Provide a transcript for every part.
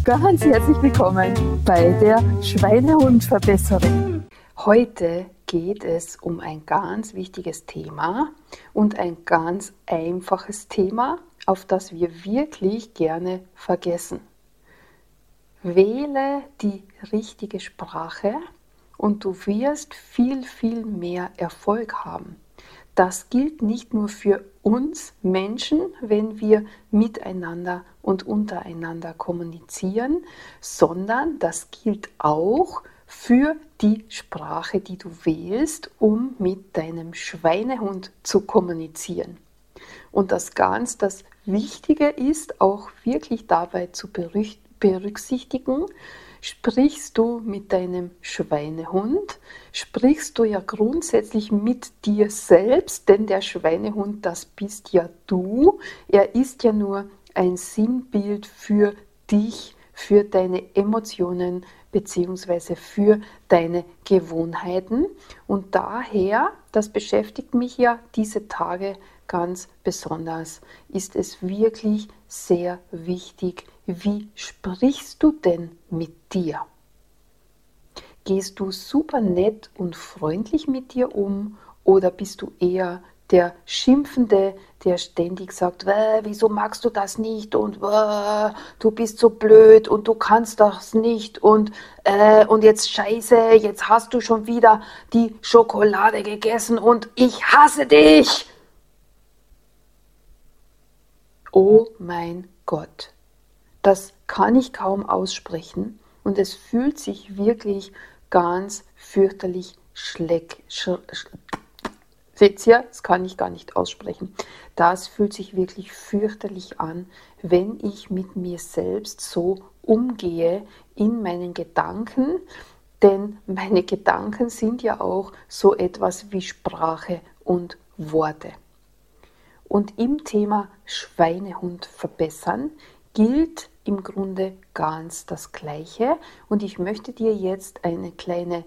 Ganz herzlich willkommen bei der Schweinehundverbesserin. Heute geht es um ein ganz wichtiges Thema und ein ganz einfaches Thema, auf das wir wirklich gerne vergessen. Wähle die richtige Sprache und du wirst viel, viel mehr Erfolg haben. Das gilt nicht nur für uns Menschen, wenn wir miteinander und untereinander kommunizieren, sondern das gilt auch für die Sprache, die du wählst, um mit deinem Schweinehund zu kommunizieren. Und das Wichtige ist auch wirklich dabei zu berücksichtigen, sprichst du mit deinem Schweinehund, sprichst du ja grundsätzlich mit dir selbst, denn der Schweinehund, das bist ja du. Er ist ja nur ein Sinnbild für dich, für deine Emotionen bzw. für deine Gewohnheiten. Und daher, das beschäftigt mich ja diese Tage ganz besonders, ist es wirklich sehr wichtig, wie sprichst du denn mit dir? Gehst du super nett und freundlich mit dir um oder bist du eher der Schimpfende, der ständig sagt, wieso magst du das nicht und du bist so blöd und du kannst das nicht und jetzt scheiße, jetzt hast du schon wieder die Schokolade gegessen und ich hasse dich. Oh mein Gott, das kann ich kaum aussprechen und es fühlt sich wirklich ganz fürchterlich seht ihr, das kann ich gar nicht aussprechen. Das fühlt sich wirklich fürchterlich an, wenn ich mit mir selbst so umgehe in meinen Gedanken, denn meine Gedanken sind ja auch so etwas wie Sprache und Worte. Und im Thema Schweinehund verbessern gilt im Grunde ganz das Gleiche. Und ich möchte dir jetzt eine kleine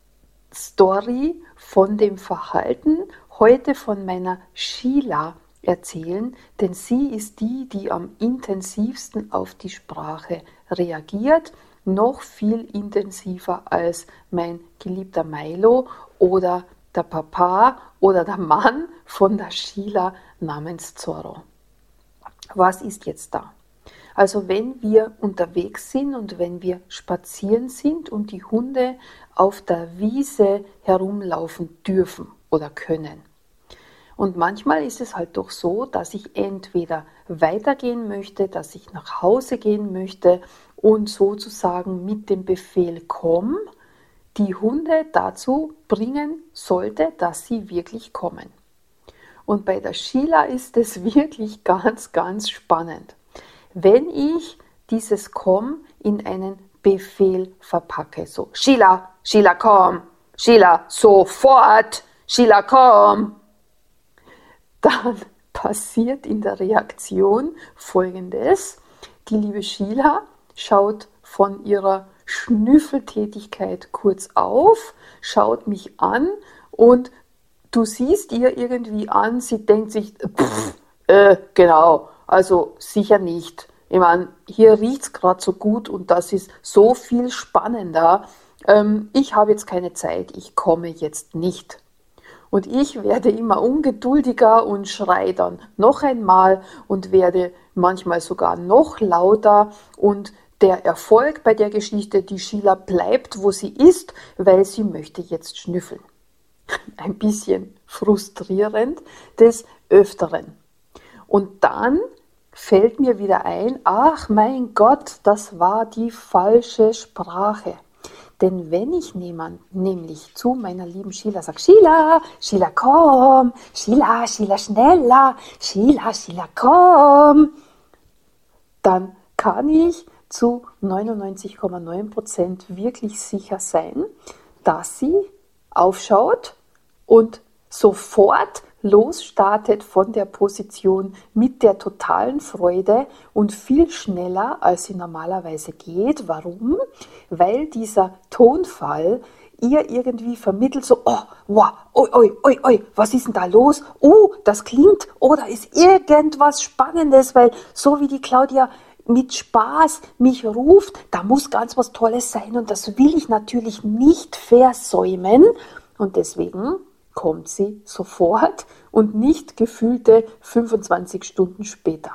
Story von dem Verhalten heute von meiner Sheila erzählen, denn sie ist die, die am intensivsten auf die Sprache reagiert, noch viel intensiver als mein geliebter Milo oder der Papa oder der Mann von der Sheila namens Zorro. Was ist jetzt da? Also wenn wir unterwegs sind und wenn wir spazieren sind und die Hunde auf der Wiese herumlaufen dürfen oder können. Und manchmal ist es halt doch so, dass ich entweder weitergehen möchte, dass ich nach Hause gehen möchte und sozusagen mit dem Befehl komm, die Hunde dazu bringen sollte, dass sie wirklich kommen. Und bei der Sheila ist es wirklich ganz, ganz spannend. Wenn ich dieses Komm in einen Befehl verpacke, so Sheila, Sheila komm, Sheila sofort, Sheila komm, dann passiert in der Reaktion Folgendes. Die liebe Sheila schaut von ihrer Schnüffeltätigkeit kurz auf, schaut mich an und du siehst ihr irgendwie an, sie denkt sich, genau, also sicher nicht. Ich meine, hier riecht es gerade so gut und das ist so viel spannender. Ich habe jetzt keine Zeit, ich komme jetzt nicht. Und ich werde immer ungeduldiger und schreie dann noch einmal und werde manchmal sogar noch lauter und der Erfolg bei der Geschichte, die Sheila bleibt, wo sie ist, weil sie möchte jetzt schnüffeln. Ein bisschen frustrierend des Öfteren. Und dann fällt mir wieder ein, ach mein Gott, das war die falsche Sprache. Denn wenn ich nämlich zu meiner lieben Sheila sage, Sheila, Sheila komm, Sheila, Sheila schneller, Sheila, Sheila komm, dann kann ich zu 99,9% wirklich sicher sein, dass sie aufschaut und sofort losstartet von der Position mit der totalen Freude und viel schneller, als sie normalerweise geht. Warum? Weil dieser Tonfall ihr irgendwie vermittelt, so, oh, wow, oi, oi, oi, was ist denn da los? Oh, das klingt, oh, da ist irgendwas Spannendes, weil so wie die Claudia mit Spaß mich ruft, da muss ganz was Tolles sein und das will ich natürlich nicht versäumen. Und deswegen kommt sie sofort und nicht gefühlte 25 Stunden später.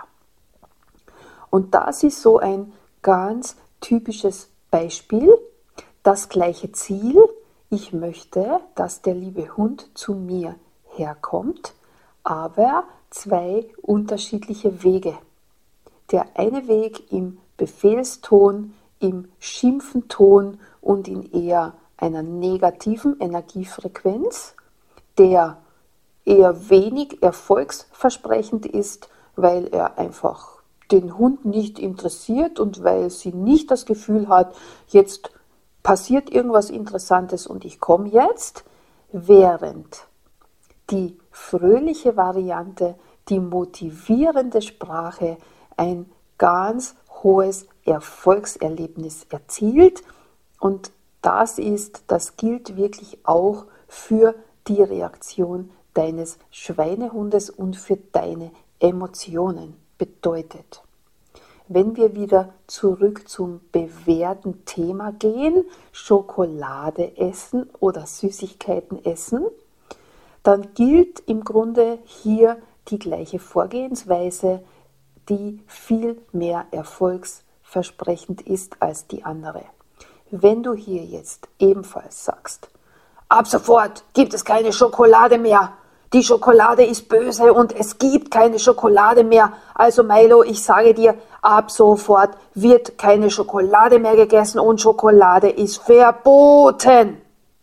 Und das ist so ein ganz typisches Beispiel. Das gleiche Ziel. Ich möchte, dass der liebe Hund zu mir herkommt, aber zwei unterschiedliche Wege. Der eine Weg im Befehlston, im Schimpfenton und in eher einer negativen Energiefrequenz, der eher wenig erfolgsversprechend ist, weil er einfach den Hund nicht interessiert und weil sie nicht das Gefühl hat, jetzt passiert irgendwas Interessantes und ich komme jetzt, während die fröhliche Variante, die motivierende Sprache ein ganz hohes Erfolgserlebnis erzielt und das gilt wirklich auch für die Reaktion deines Schweinehundes und für deine Emotionen. Bedeutet, wenn wir wieder zurück zum bewährten Thema gehen, Schokolade essen oder Süßigkeiten essen, dann gilt im Grunde hier die gleiche Vorgehensweise, die viel mehr erfolgsversprechend ist als die andere. Wenn du hier jetzt ebenfalls sagst, ab sofort gibt es keine Schokolade mehr, die Schokolade ist böse und es gibt keine Schokolade mehr. Also Milo, ich sage dir, ab sofort wird keine Schokolade mehr gegessen und Schokolade ist verboten.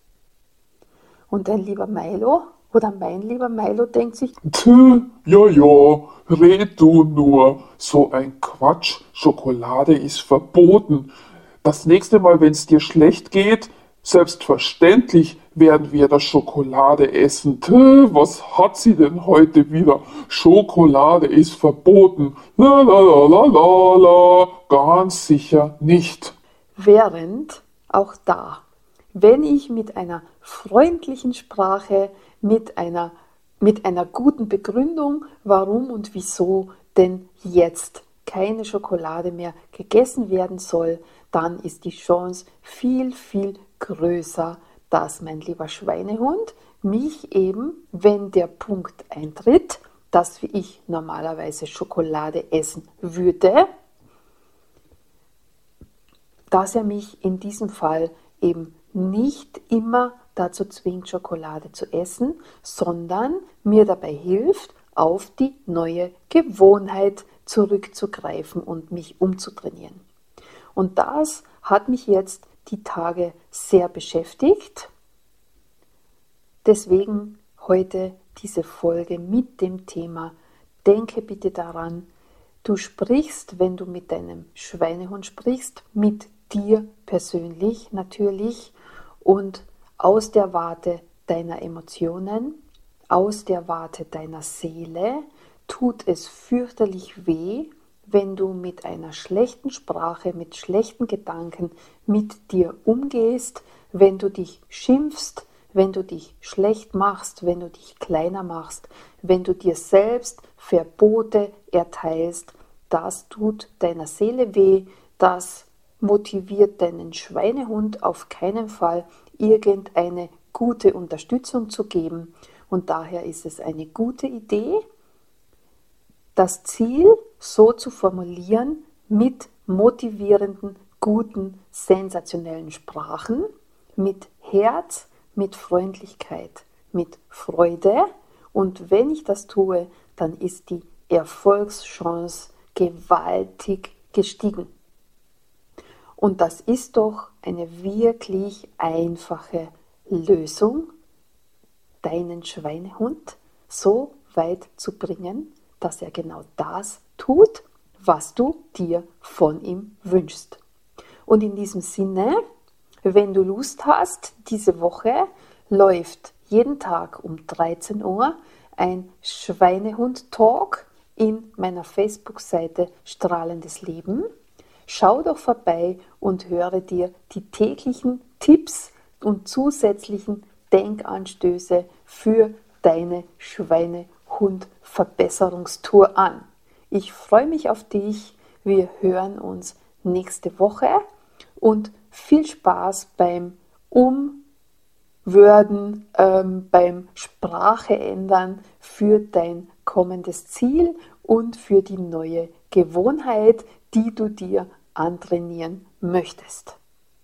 Und dein lieber Milo oder mein lieber Milo denkt sich, Ja, red du nur. So ein Quatsch. Schokolade ist verboten. Das nächste Mal, wenn es dir schlecht geht, selbstverständlich werden wir das Schokolade essen. Was hat sie denn heute wieder? Schokolade ist verboten. La la la la la la. Ganz sicher nicht. während auch da, wenn ich mit einer freundlichen Sprache, mit einer guten Begründung, warum und wieso denn jetzt keine Schokolade mehr gegessen werden soll, dann ist die Chance viel, viel größer, dass mein lieber Schweinehund mich eben, wenn der Punkt eintritt, dass ich normalerweise Schokolade essen würde, dass er mich in diesem Fall eben nicht immer dazu zwingt, Schokolade zu essen, sondern mir dabei hilft, auf die neue Gewohnheit zurückzugreifen und mich umzutrainieren. Und das hat mich jetzt die Tage sehr beschäftigt. Deswegen heute diese Folge mit dem Thema, denke bitte daran, du sprichst, wenn du mit deinem Schweinehund sprichst, mit dir persönlich natürlich und aus der Warte deiner Emotionen, aus der Warte deiner Seele tut es fürchterlich weh, wenn du mit einer schlechten Sprache, mit schlechten Gedanken mit dir umgehst, wenn du dich schimpfst, wenn du dich schlecht machst, wenn du dich kleiner machst, wenn du dir selbst Verbote erteilst, das tut deiner Seele weh, das motiviert deinen Schweinehund auf keinen Fall, irgendeine gute Unterstützung zu geben. Und daher ist es eine gute Idee, das Ziel so zu formulieren mit motivierenden, guten, sensationellen Sprachen, mit Herz, mit Freundlichkeit, mit Freude. Und wenn ich das tue, dann ist die Erfolgschance gewaltig gestiegen. Und das ist doch eine wirklich einfache Lösung, deinen Schweinehund so weit zu bringen, dass er genau das tut, was du dir von ihm wünschst. Und in diesem Sinne, wenn du Lust hast, diese Woche läuft jeden Tag um 13 Uhr ein Schweinehund-Talk in meiner Facebook-Seite Strahlendes Leben. Schau doch vorbei und höre dir die täglichen Tipps und zusätzlichen Denkanstöße für deine Schweinehund-Verbesserungstour an. Ich freue mich auf dich. Wir hören uns nächste Woche und viel Spaß beim Umwörden, beim Sprache ändern für dein kommendes Ziel und für die neue Gewohnheit, die du dir antrainieren möchtest.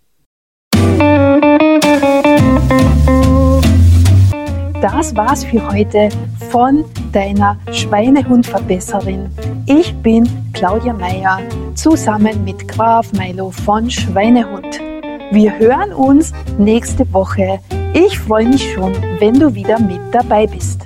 Das war's für heute von deiner Schweinehundverbesserin. Ich bin Claudia Meier, zusammen mit Graf Milo von Schweinehund. Wir hören uns nächste Woche. Ich freue mich schon, wenn du wieder mit dabei bist.